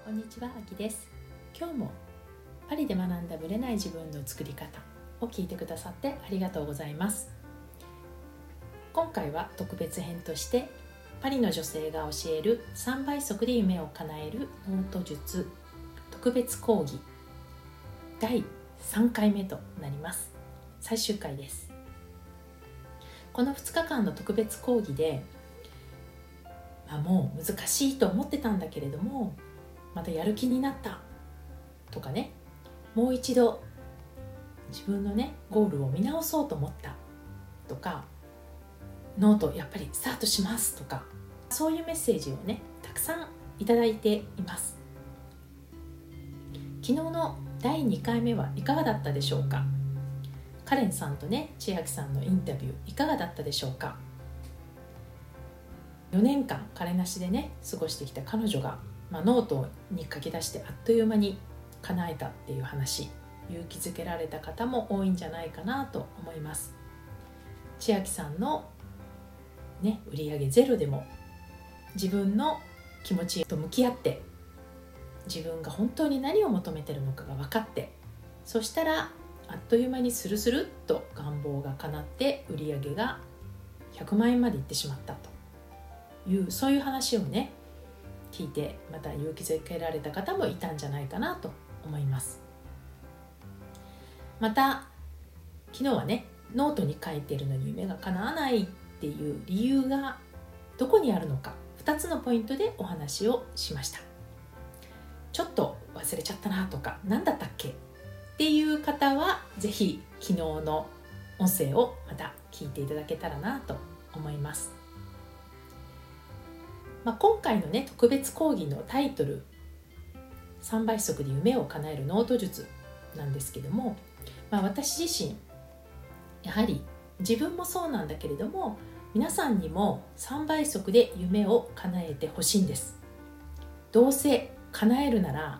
こんにちは、あきです。今日もパリで学んだブレない自分の作り方を聞いてくださってありがとうございます。今回は特別編としてパリの女性が教える3倍速で夢を叶えるノート術特別講義第3回目となります。最終回です。この2日間の特別講義で、もう難しいと思ってたんだけれどもまたやる気になったとかね、もう一度自分のゴールを見直そうと思ったとか、ノートやっぱりスタートしますとか、そういうメッセージをたくさんいただいています。昨日の第2回目はいかがだったでしょうか。カレンさんと千秋さんのインタビューいかがだったでしょうか。4年間彼なしで過ごしてきた彼女が、ノートに書き出してあっという間に叶えたっていう話、勇気づけられた方も多いんじゃないかなと思います。千秋さんの売上ゼロでも自分の気持ちと向き合って、自分が本当に何を求めてるのかが分かって、そしたらあっという間にスルスルっと願望が叶って売上が100万円までいってしまったという、そういう話を聞いて、また勇気づけられた方もいたんじゃないかなと思います。また昨日はノートに書いているのに夢が叶わないっていう理由がどこにあるのか、2つのポイントでお話をしました。ちょっと忘れちゃったなとか、何だったっけっていう方はぜひ昨日の音声をまた聞いていただけたらなと思います。今回の特別講義のタイトル、3倍速で夢を叶えるノート術なんですけども、私自身やはり自分もそうなんだけれども、皆さんにも3倍速で夢を叶えてほしいんです。どうせ叶えるなら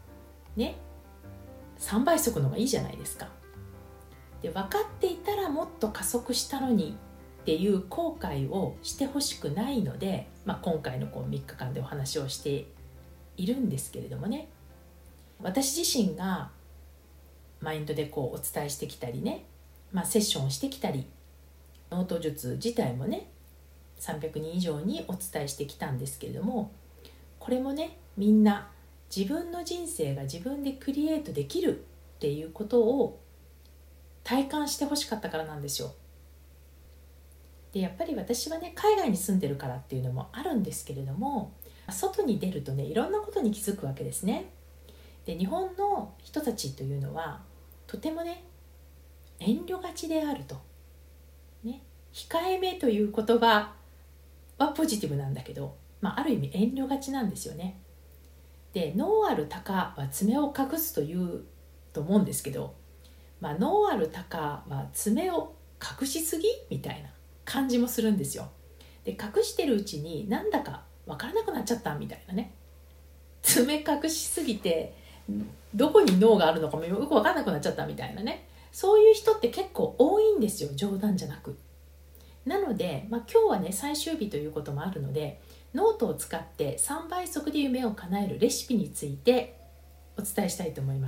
3倍速の方がいいじゃないですか。で、分かっていたらもっと加速したのにっていう後悔をしてほしくないので、今回の3日間でお話をしているんですけれども私自身がマインドでお伝えしてきたりセッションをしてきたり、ノート術自体も300人以上にお伝えしてきたんですけれども、これもみんな自分の人生が自分でクリエイトできるっていうことを体感してほしかったからなんですよ。で、やっぱり私は海外に住んでるからっていうのもあるんですけれども、外に出るといろんなことに気づくわけですね。で、日本の人たちというのはとても遠慮がちであると、控えめという言葉はポジティブなんだけど、ある意味遠慮がちなんですよね。で、能ある鷹は爪を隠すというと思うんですけど、能ある鷹は爪を隠しすぎみたいな感じもするんですよ。で、隠してるうちになんだか分からなくなっちゃったみたいな爪隠しすぎてどこに脳があるのかもよく分からなくなっちゃったみたいなそういう人って結構多いんですよ、冗談じゃなく。なので、今日は最終日ということもあるので、ノートを使って3倍速で夢を叶えるレシピについてお伝えしたいと思います。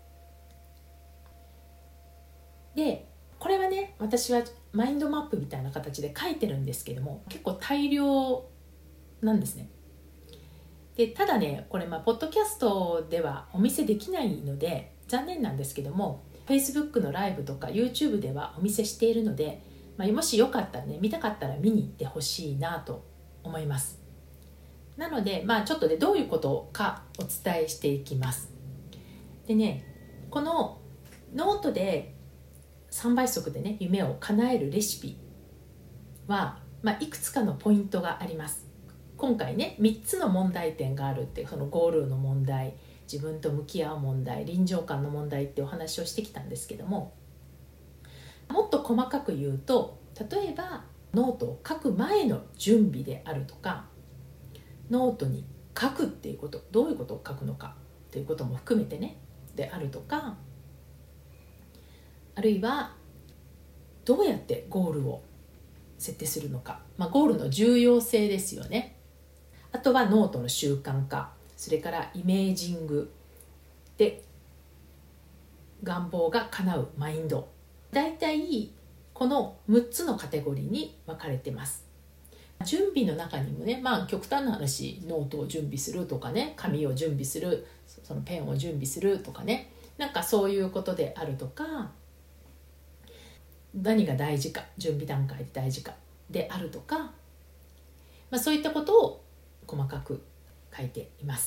で、これは私はマインドマップみたいな形で書いてるんですけども、結構大量なんですね。で、ただこれポッドキャストではお見せできないので残念なんですけども、 Facebook のライブとか YouTube ではお見せしているので、もしよかったら見たかったら見に行ってほしいなと思います。なのでちょっとどういうことかお伝えしていきます。でこのノートで3倍速で夢を叶えるレシピは、いくつかのポイントがあります。今回3つの問題点があるって、そのゴールの問題、自分と向き合う問題、臨場感の問題ってお話をしてきたんですけども、もっと細かく言うと、例えばノートを書く前の準備であるとか、ノートに書くっていうこと、どういうことを書くのかっていうことも含めてであるとか、あるいはどうやってゴールを設定するのか、ゴールの重要性ですよね。あとはノートの習慣化、 それからイメージングで願望が叶うマインド、だいたいこの6つのカテゴリーに分かれてます。準備の中にもね、極端な話、ノートを準備するとかね、紙を準備する、そのペンを準備するとかね、そういうことであるとか、何が大事か、準備段階で大事かであるとか、そういったことを細かく書いています。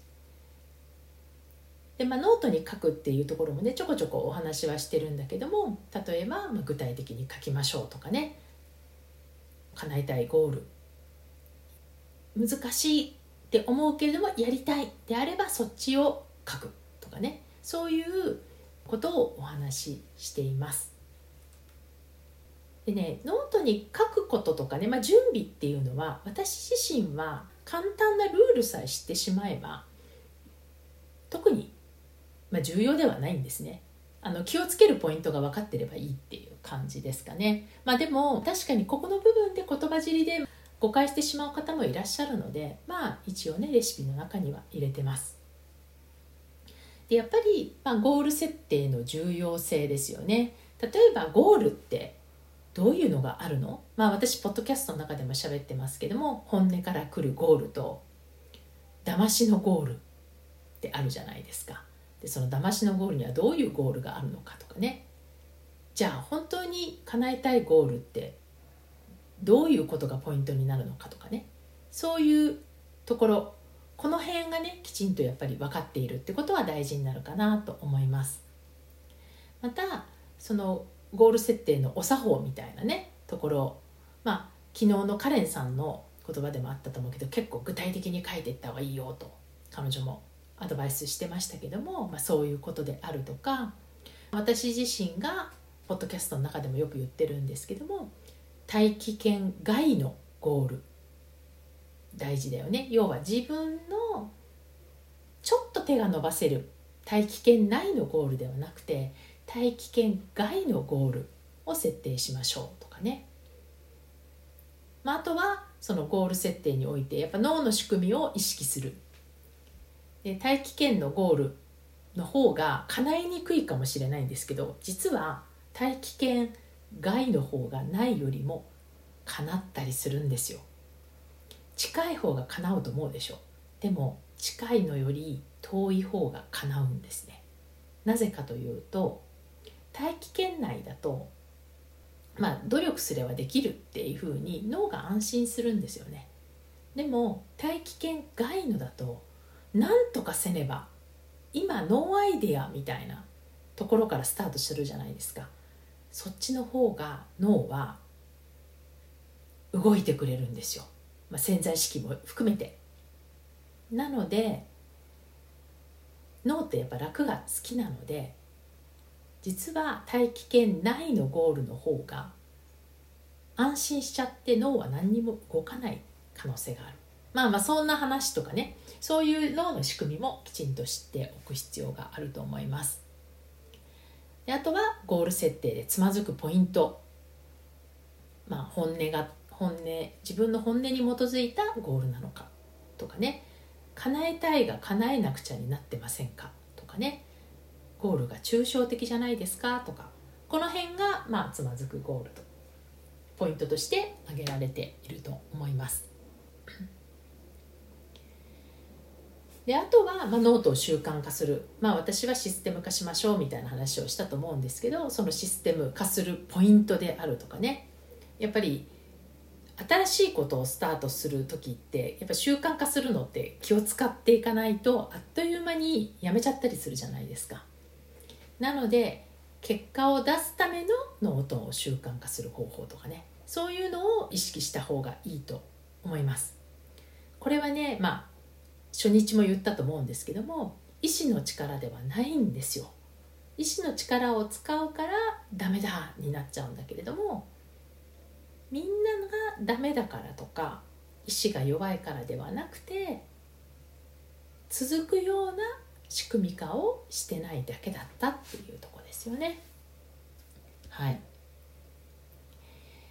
で、ノートに書くっていうところもね、ちょこちょこお話はしてるんだけども、例えば、具体的に書きましょうとかね、叶えたいゴール、難しいって思うけれどもやりたいであればそっちを書くとかね、そういうことをお話ししています。でね、ノートに書くこととかね、準備っていうのは、私自身は簡単なルールさえ知ってしまえば特に重要ではないんですね。気をつけるポイントが分かってればいいっていう感じですかね。でも確かにここの部分で言葉尻で誤解してしまう方もいらっしゃるので、一応ねレシピの中には入れてます。でやっぱり、ゴール設定の重要性ですよね。例えばゴールってどういうのがあるの？私ポッドキャストの中でも喋ってますけども、本音から来るゴールと騙しのゴールってあるじゃないですか。でその騙しのゴールにはどういうゴールがあるのかとかね、じゃあ本当に叶えたいゴールってどういうことがポイントになるのかとかね、そういうところ、この辺がねきちんとやっぱり分かっているってことは大事になるかなと思います。またそのゴール設定のお作法みたいなねところ、昨日のカレンさんの言葉でもあったと思うけど、結構具体的に書いていった方がいいよと彼女もアドバイスしてましたけども、そういうことであるとか、私自身がポッドキャストの中でもよく言ってるんですけども、大気圏外のゴール大事だよね。要は自分のちょっと手が伸ばせる大気圏内のゴールではなくて、大気圏外のゴールを設定しましょうとかね。あとはそのゴール設定においてやっぱ脳の仕組みを意識する。で大気圏のゴールの方が叶いにくいかもしれないんですけど、実は大気圏外の方がないよりも叶ったりするんですよ。近い方が叶うと思うでしょ。でも近いのより遠い方が叶うんですね。なぜかというと、大気圏内だと努力すればできるっていう風に脳が安心するんですよね。でも大気圏外のだと、なんとかせねば、今ノーアイデアみたいなところからスタートするじゃないですか。そっちの方が脳は動いてくれるんですよ、潜在意識も含めて。なので脳ってやっぱ楽が好きなので、実は大気圏内のゴールの方が安心しちゃって脳は何にも動かない可能性がある。そんな話とかね、そういう脳の仕組みもきちんと知っておく必要があると思います。であとはゴール設定でつまずくポイント、自分の本音に基づいたゴールなのかとかね、叶えたいが叶えなくちゃになってませんかとかね、ゴールが抽象的じゃないですかとか、この辺がつまずくゴールとポイントとして挙げられていると思います。であとは、ノートを習慣化する、私はシステム化しましょうみたいな話をしたと思うんですけど、そのシステム化するポイントであるとかね、やっぱり新しいことをスタートする時ってやっぱ習慣化するのって気を使っていかないとあっという間にやめちゃったりするじゃないですか。なので結果を出すためのノートを習慣化する方法とかね、そういうのを意識した方がいいと思います。これはね、初日も言ったと思うんですけども、意志の力ではないんですよ。意志の力を使うからダメだになっちゃうんだけれども、みんながダメだからとか意志が弱いからではなくて、続くような仕組み化をしてないだけだったっていうところですよね。はい。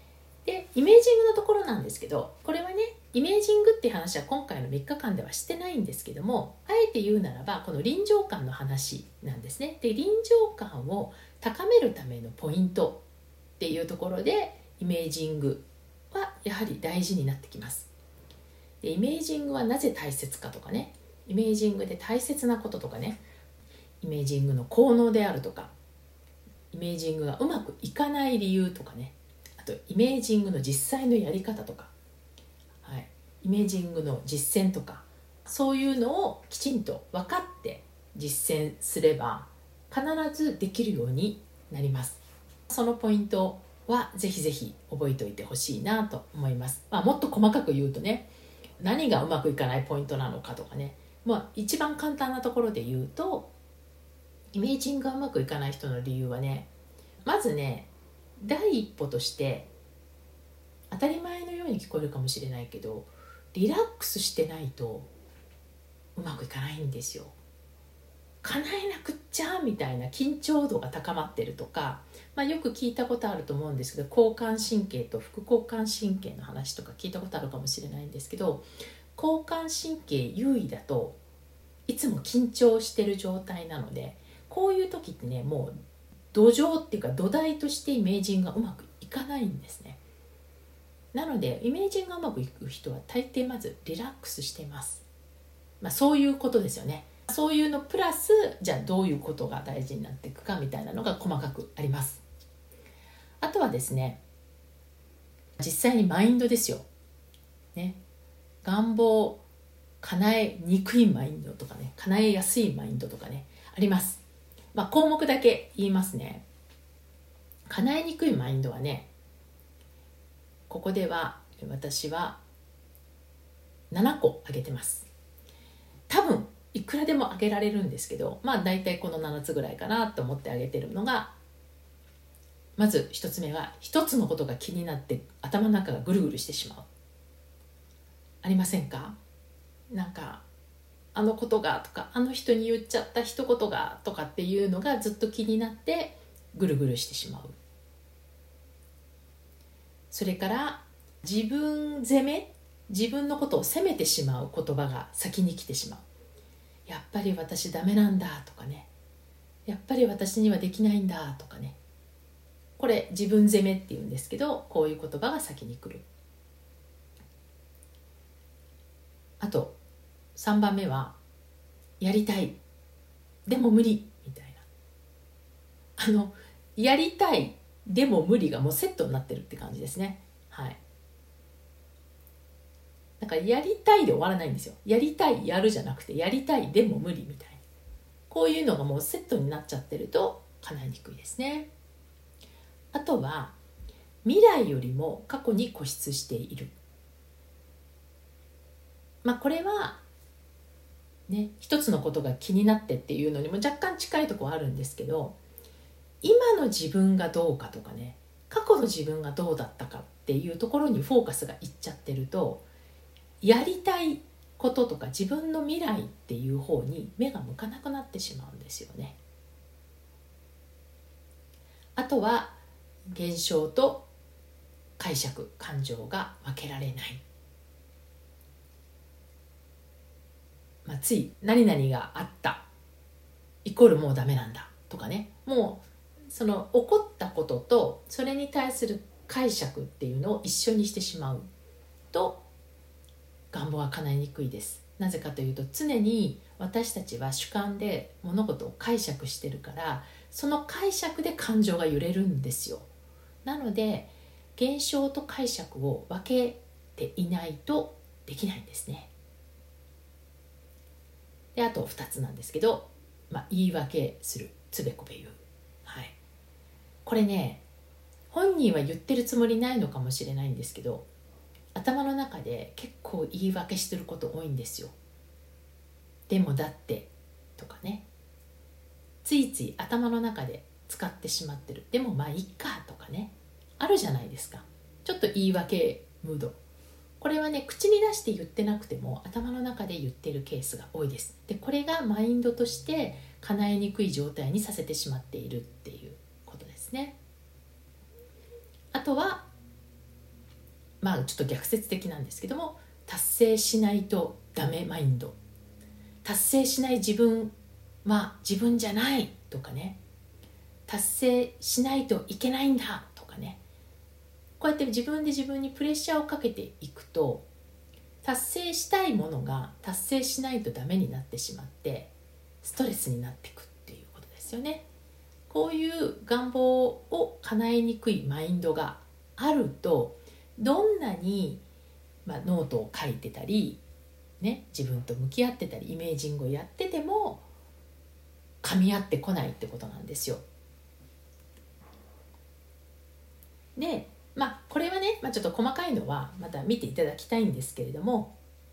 でイメージングのところなんですけど、これはねイメージングっていう話は今回の3日間ではしてないんですけども、あえて言うならばこの臨場感の話なんですね。で臨場感を高めるためのポイントっていうところでイメージングはやはり大事になってきます。でイメージングはなぜ大切かとかね、イメージングで大切なこととかね、イメージングの効能であるとか、イメージングがうまくいかない理由とかね、あとイメージングの実際のやり方とか、はい、イメージングの実践とか、そういうのをきちんと分かって実践すれば必ずできるようになります。そのポイントはぜひぜひ覚えておいてほしいなと思います。もっと細かく言うとね、何がうまくいかないポイントなのかとかね、一番簡単なところで言うと、イメージングがうまくいかない人の理由はね、まずね、第一歩として当たり前のように聞こえるかもしれないけど、リラックスしてないとうまくいかないんですよ。叶えなくっちゃみたいな緊張度が高まってるとか、よく聞いたことあると思うんですけど、交感神経と副交感神経の話とか聞いたことあるかもしれないんですけど、交感神経優位だといつも緊張してる状態なので、こういう時ってね、もう土壌っていうか土台としてイメージングがうまくいかないんですね。なのでイメージングがうまくいく人は大抵まずリラックスしています。そういうことですよね。そういうのプラス、じゃあどういうことが大事になっていくかみたいなのが細かくあります。あとはですね、実際にマインドですよ、ね、願望叶えにくいマインドとかね、叶えやすいマインドとかね、あります。項目だけ言いますね。叶えにくいマインドはね、ここでは私は7個挙げてます。多分いくらでも挙げられるんですけど、大体この7つぐらいかなと思って挙げてるのが、まず1つ目は、1つのことが気になって頭の中がぐるぐるしてしまう。ありませんか？なんかあのことがとか、あの人に言っちゃった一言がとかっていうのがずっと気になってぐるぐるしてしまう。それから自分責め、自分のことを責めてしまう言葉が先に来てしまう。やっぱり私ダメなんだとかね、やっぱり私にはできないんだとかね、これ自分責めって言うんですけど、こういう言葉が先に来る。あと3番目は、やりたいでも無理みたいな、やりたいでも無理がもうセットになってるって感じですね。はい。だからやりたいで終わらないんですよ。やりたいやるじゃなくて、やりたいでも無理みたいな、こういうのがもうセットになっちゃってると叶いにくいですね。あとは未来よりも過去に固執している。これはね、一つのことが気になってっていうのにも若干近いところあるんですけど、今の自分がどうかとかね、過去の自分がどうだったかっていうところにフォーカスがいっちゃってると、やりたいこととか自分の未来っていう方に目が向かなくなってしまうんですよね。あとは現象と解釈、感情が分けられない。つい何々があったイコールもうダメなんだとかね、もうその起こったこととそれに対する解釈っていうのを一緒にしてしまうと願望は叶いにくいです。なぜかというと、常に私たちは主観で物事を解釈してるから、その解釈で感情が揺れるんですよ。なので現象と解釈を分けていないとできないんですね。であと2つなんですけど、言い訳する、つべこべ言う、はい、これね、本人は言ってるつもりないのかもしれないんですけど、頭の中で結構言い訳してること多いんですよ。でもだってとかね、ついつい頭の中で使ってしまってる。でもいっかとかね、あるじゃないですか。ちょっと言い訳ムード、これはね、口に出して言ってなくても頭の中で言ってるケースが多いです。でこれがマインドとして叶えにくい状態にさせてしまっているっていうことですね。あとはちょっと逆説的なんですけども、達成しないとダメマインド、達成しない自分は自分じゃないとかね、達成しないといけないんだとかね、こうやって自分で自分にプレッシャーをかけていくと、達成したいものが達成しないとダメになってしまってストレスになっていくっていうことですよね。こういう願望を叶えにくいマインドがあると、どんなに、ノートを書いてたり、自分と向き合ってたりイメージングをやってても噛み合ってこないってことなんですよ。で、これはね、ちょっと細かいのはまた見ていただきたいんですけれども、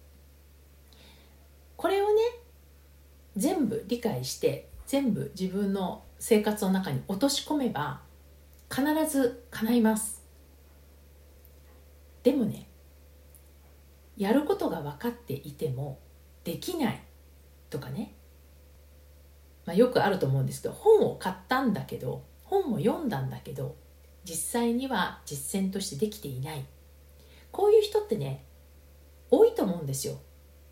これをね全部理解して全部自分の生活の中に落とし込めば必ず叶います。でもね、やることが分かっていてもできないとかね、よくあると思うんですけど、本を買ったんだけど、本も読んだんだけど実際には実践としてできていない、こういう人ってね多いと思うんですよ。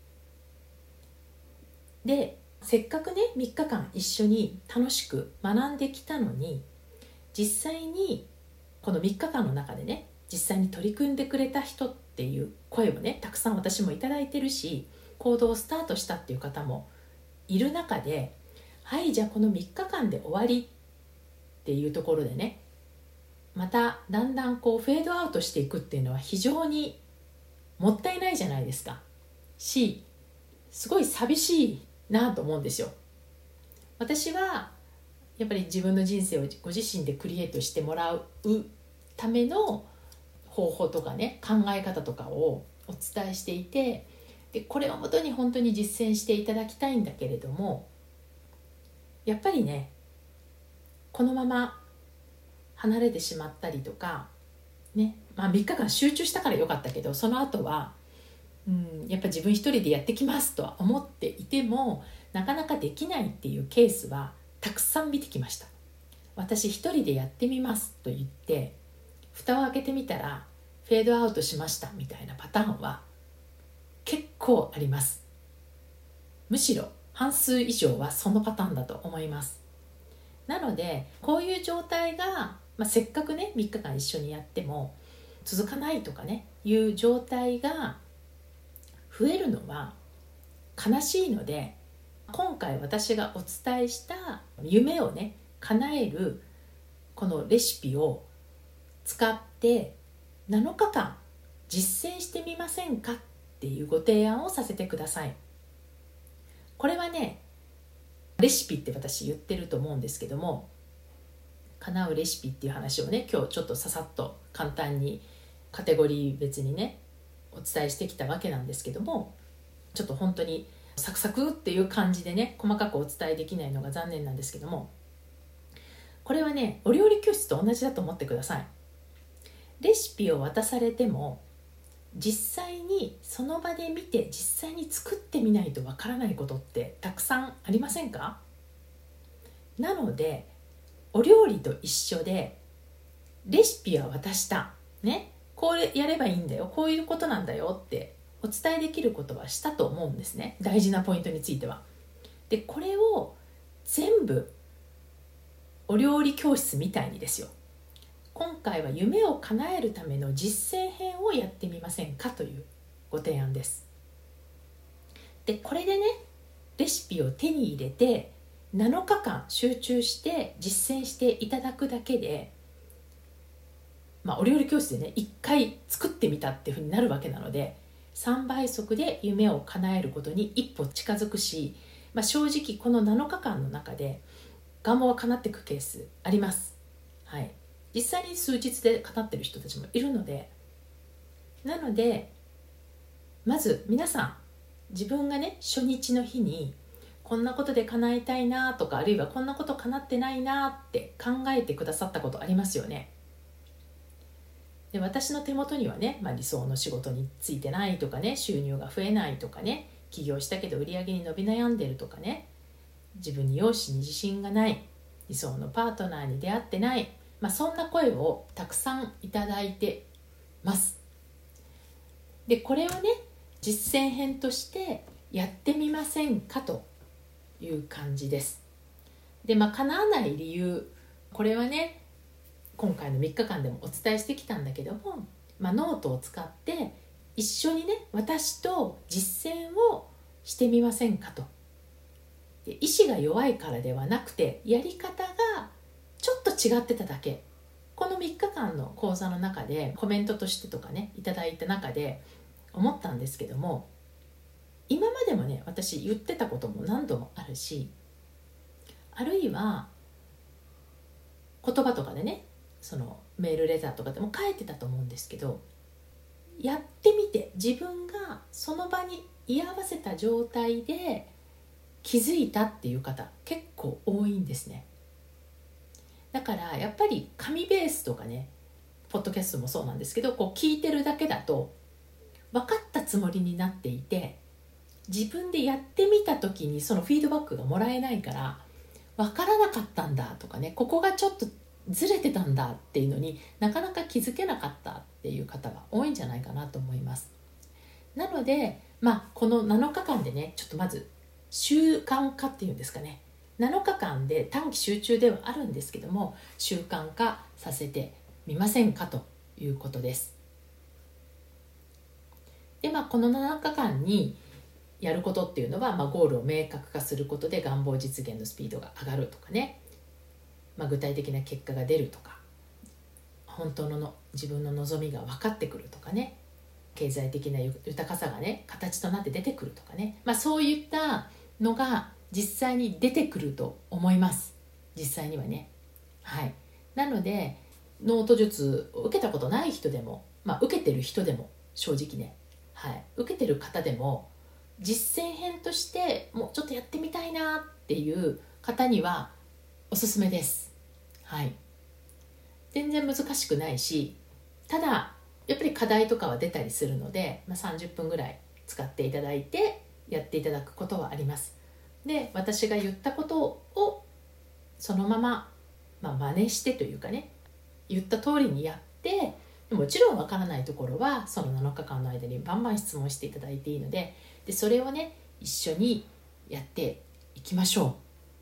で、せっかくね3日間一緒に楽しく学んできたのに、実際にこの3日間の中でね実際に取り組んでくれた人っていう声をねたくさん私もいただいてるし、行動をスタートしたっていう方もいる中で、はいじゃあこの3日間で終わりっていうところでね、まただんだんフェードアウトしていくっていうのは非常にもったいないじゃないですかし、すごい寂しいなと思うんですよ。私はやっぱり自分の人生をご自身でクリエイトしてもらうための方法とかね、考え方とかをお伝えしていて、でこれをもとに本当に実践していただきたいんだけれども、やっぱりねこのまま離れてしまったりとかね、3日間集中したからよかったけど、その後はやっぱ自分一人でやってきますとは思っていてもなかなかできないっていうケースはたくさん見てきました。私一人でやってみますと言って蓋を開けてみたらフェードアウトしましたみたいなパターンは結構あります。むしろ半数以上はそのパターンだと思います。なのでこういう状態が、せっかくね3日間一緒にやっても続かないとかねいう状態が増えるのは悲しいので、今回私がお伝えした夢をね叶えるこのレシピを使って7日間実践してみませんかっていうご提案をさせてください。これはねレシピって私言ってると思うんですけども、叶うレシピっていう話をね今日ちょっとささっと簡単にカテゴリー別にねお伝えしてきたわけなんですけども、ちょっと本当にサクサクっていう感じでね細かくお伝えできないのが残念なんですけども、これはねお料理教室と同じだと思ってください。レシピを渡されても実際にその場で見て実際に作ってみないとわからないことってたくさんありませんか？なのでお料理と一緒でレシピは渡したね、これやればいいんだよ、こういうことなんだよってお伝えできることはしたと思うんですね。大事なポイントについては。でこれを全部お料理教室みたいにですよ、今回は夢を叶えるための実践編をやってみませんかというご提案です。でこれでねレシピを手に入れて7日間集中して実践していただくだけで、お料理教室でね1回作ってみたっていうふうになるわけなので、3倍速で夢を叶えることに一歩近づくし、正直この7日間の中で願望は叶っていくケースあります。はい、実際に数日で叶ってる人たちもいるので、なのでまず皆さん自分がね初日の日にこんなことで叶えたいなとか、あるいはこんなこと叶ってないなって考えてくださったことありますよね。で私の手元にはね、理想の仕事についてないとかね、収入が増えないとかね、起業したけど売り上げに伸び悩んでるとかね、自分に容姿に自信がない、理想のパートナーに出会ってない、そんな声をたくさんいただいてます。 でこれをね実践編としてやってみませんかという感じです。で叶わない理由、これはね今回の3日間でもお伝えしてきたんだけども、ノートを使って一緒にね私と実践をしてみませんかと。で意志が弱いからではなくてやり方がちょっと違ってただけ。この3日間の講座の中でコメントとしてとかねいただいた中で思ったんですけども、今までもね私言ってたことも何度もあるし、あるいは言葉とかでねそのメールレターとかでも書いてたと思うんですけど、やってみて自分がその場に居合わせた状態で気づいたっていう方結構多いんですね。だからやっぱり紙ベースとかねポッドキャストもそうなんですけど、聞いてるだけだと分かったつもりになっていて、自分でやってみた時にそのフィードバックがもらえないから分からなかったんだとかね、ここがちょっとずれてたんだっていうのになかなか気づけなかったっていう方が多いんじゃないかなと思います。なのでこの7日間でねちょっとまず習慣化っていうんですかね、7日間で短期集中ではあるんですけども習慣化させてみませんかということです。でこの7日間にやることっていうのは、ゴールを明確化することで願望実現のスピードが上がるとかね、具体的な結果が出るとか、本当の自分の望みが分かってくるとかね、経済的な豊かさがね形となって出てくるとかね、そういったのが実際に出てくると思います。実際にはね。なのでノート術を受けたことない人でも、受けてる人でも正直ね、受けてる方でも実践編としてもうちょっとやってみたいなっていう方にはおすすめです。全然難しくないし、ただやっぱり課題とかは出たりするので、30分ぐらい使っていただいてやっていただくことはあります。で私が言ったことをそのまま、真似してというかね、言った通りにやって、もちろんわからないところはその7日間の間にバンバン質問していただいていいので、それをね一緒にやっていきましょ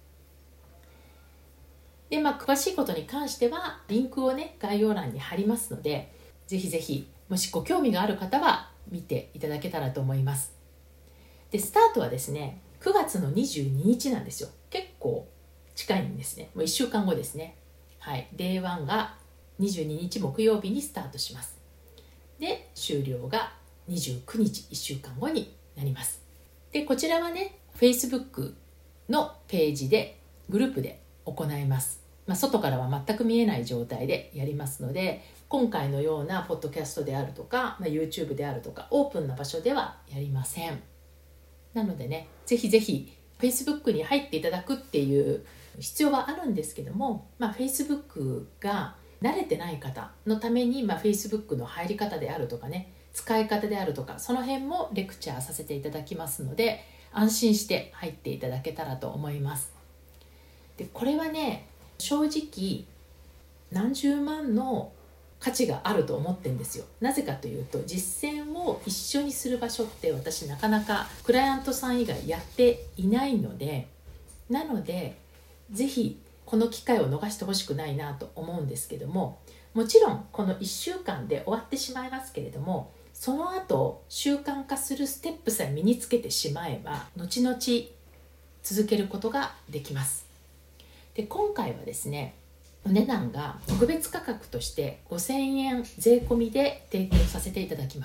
う。で詳しいことに関してはリンクをね概要欄に貼りますので、ぜひぜひもしご興味がある方は見ていただけたらと思います。でスタートはですね9月の22日なんですよ。結構近いんですね。もう1週間後ですね。Day 1が22日木曜日にスタートします。で終了が29日1週間後になります。でこちらはね Facebook のページでグループで行います。外からは全く見えない状態でやりますので、今回のようなポッドキャストであるとか、YouTube であるとかオープンな場所ではやりません。なのでねぜひぜひ Facebook に入っていただくっていう必要はあるんですけども、Facebook が慣れてない方のために、Facebook の入り方であるとかね、使い方であるとか、その辺もレクチャーさせていただきますので、安心して入っていただけたらと思います。でこれはね正直何十万の価値があると思ってるんですよ。なぜかというと、実践を一緒にする場所って私なかなかクライアントさん以外やっていないので、なのでぜひこの機会を逃してほしくないなと思うんですけども、もちろんこの1週間で終わってしまいますけれども、その後習慣化するステップさえ身につけてしまえば後々続けることができます。で今回はですねお値段が特別価格として5000円税込みで提供させていただきます。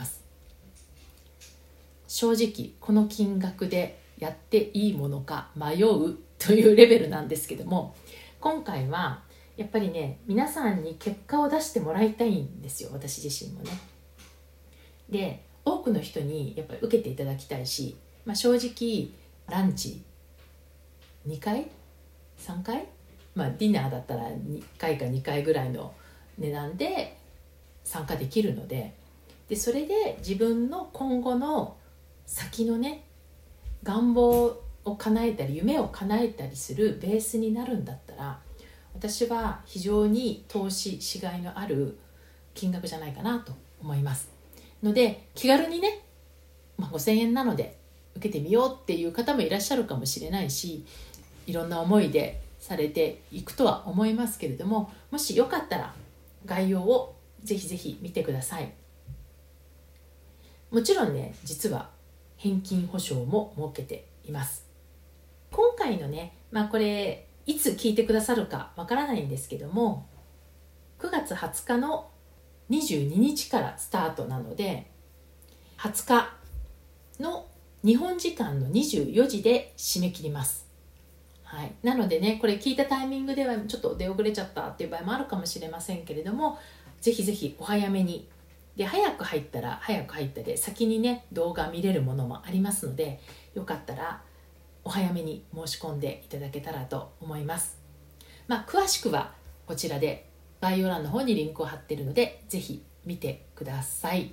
正直この金額でやっていいものか迷うというレベルなんですけども、今回はやっぱりね皆さんに結果を出してもらいたいんですよ、私自身もね。で多くの人にやっぱり受けていただきたいし、正直ランチ2回3回、ディナーだったら1回か2回ぐらいの値段で参加できるので、それで自分の今後の先のね願望を叶えたり夢を叶えたりするベースになるんだったら、私は非常に投資しがいのある金額じゃないかなと思います。 ので気軽にね、5000円なので受けてみようっていう方もいらっしゃるかもしれないし、いろんな思いでされていくとは思いますけれども、もしよかったら概要をぜひぜひ見てください。もちろんね、実は返金保証も設けています。今回のね、これいつ聞いてくださるかわからないんですけども、9月20日の22日からスタートなので、20日の日本時間の24時で締め切ります。はい、なのでね、これ聞いたタイミングではちょっと出遅れちゃったっていう場合もあるかもしれませんけれども、ぜひぜひお早めに。で、早く入ったら早く入ったで先にね動画見れるものもありますので、よかったらお早めに申し込んでいただけたらと思います。詳しくはこちらで概要欄の方にリンクを貼っているので、ぜひ見てください。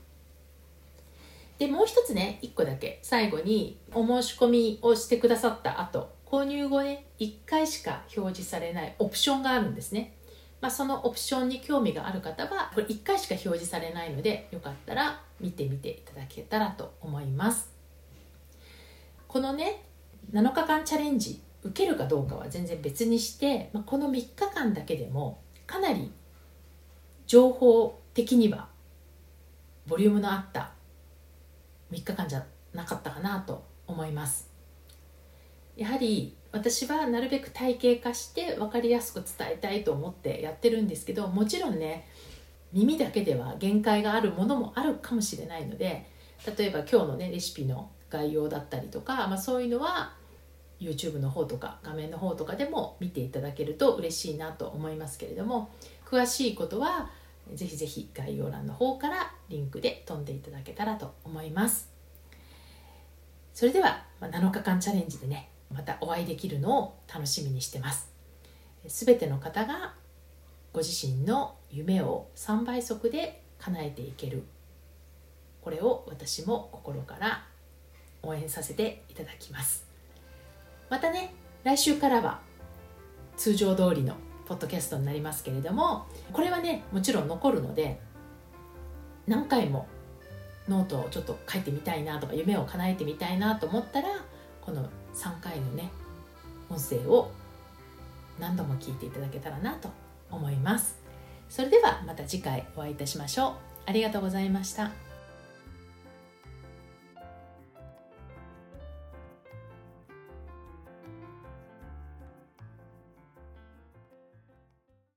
で、もう一つね、1個だけ最後にお申し込みをしてくださった後、購入後ね、1回しか表示されないオプションがあるんですね。そのオプションに興味がある方は、これ1回しか表示されないので、よかったら見てみていただけたらと思います。このね、7日間チャレンジ受けるかどうかは全然別にして、この3日間だけでもかなり情報的にはボリュームのあった3日間じゃなかったかなと思います。やはり私はなるべく体系化して分かりやすく伝えたいと思ってやってるんですけど、もちろんね、耳だけでは限界があるものもあるかもしれないので、例えば今日のねレシピの概要だったりとか、そういうのは YouTube の方とか画面の方とかでも見ていただけると嬉しいなと思いますけれども、詳しいことはぜひぜひ概要欄の方からリンクで飛んでいただけたらと思います。それでは7日間チャレンジでね、またお会いできるのを楽しみにしてます。すべての方がご自身の夢を3倍速で叶えていける、これを私も心から応援させていただきます。またね、来週からは通常通りのポッドキャストになりますけれども、これはねもちろん残るので、何回もノートをちょっと書いてみたいなとか、夢を叶えてみたいなと思ったら、この3回のね音声を何度も聞いていただけたらなと思います。それではまた次回お会いいたしましょう。ありがとうございました。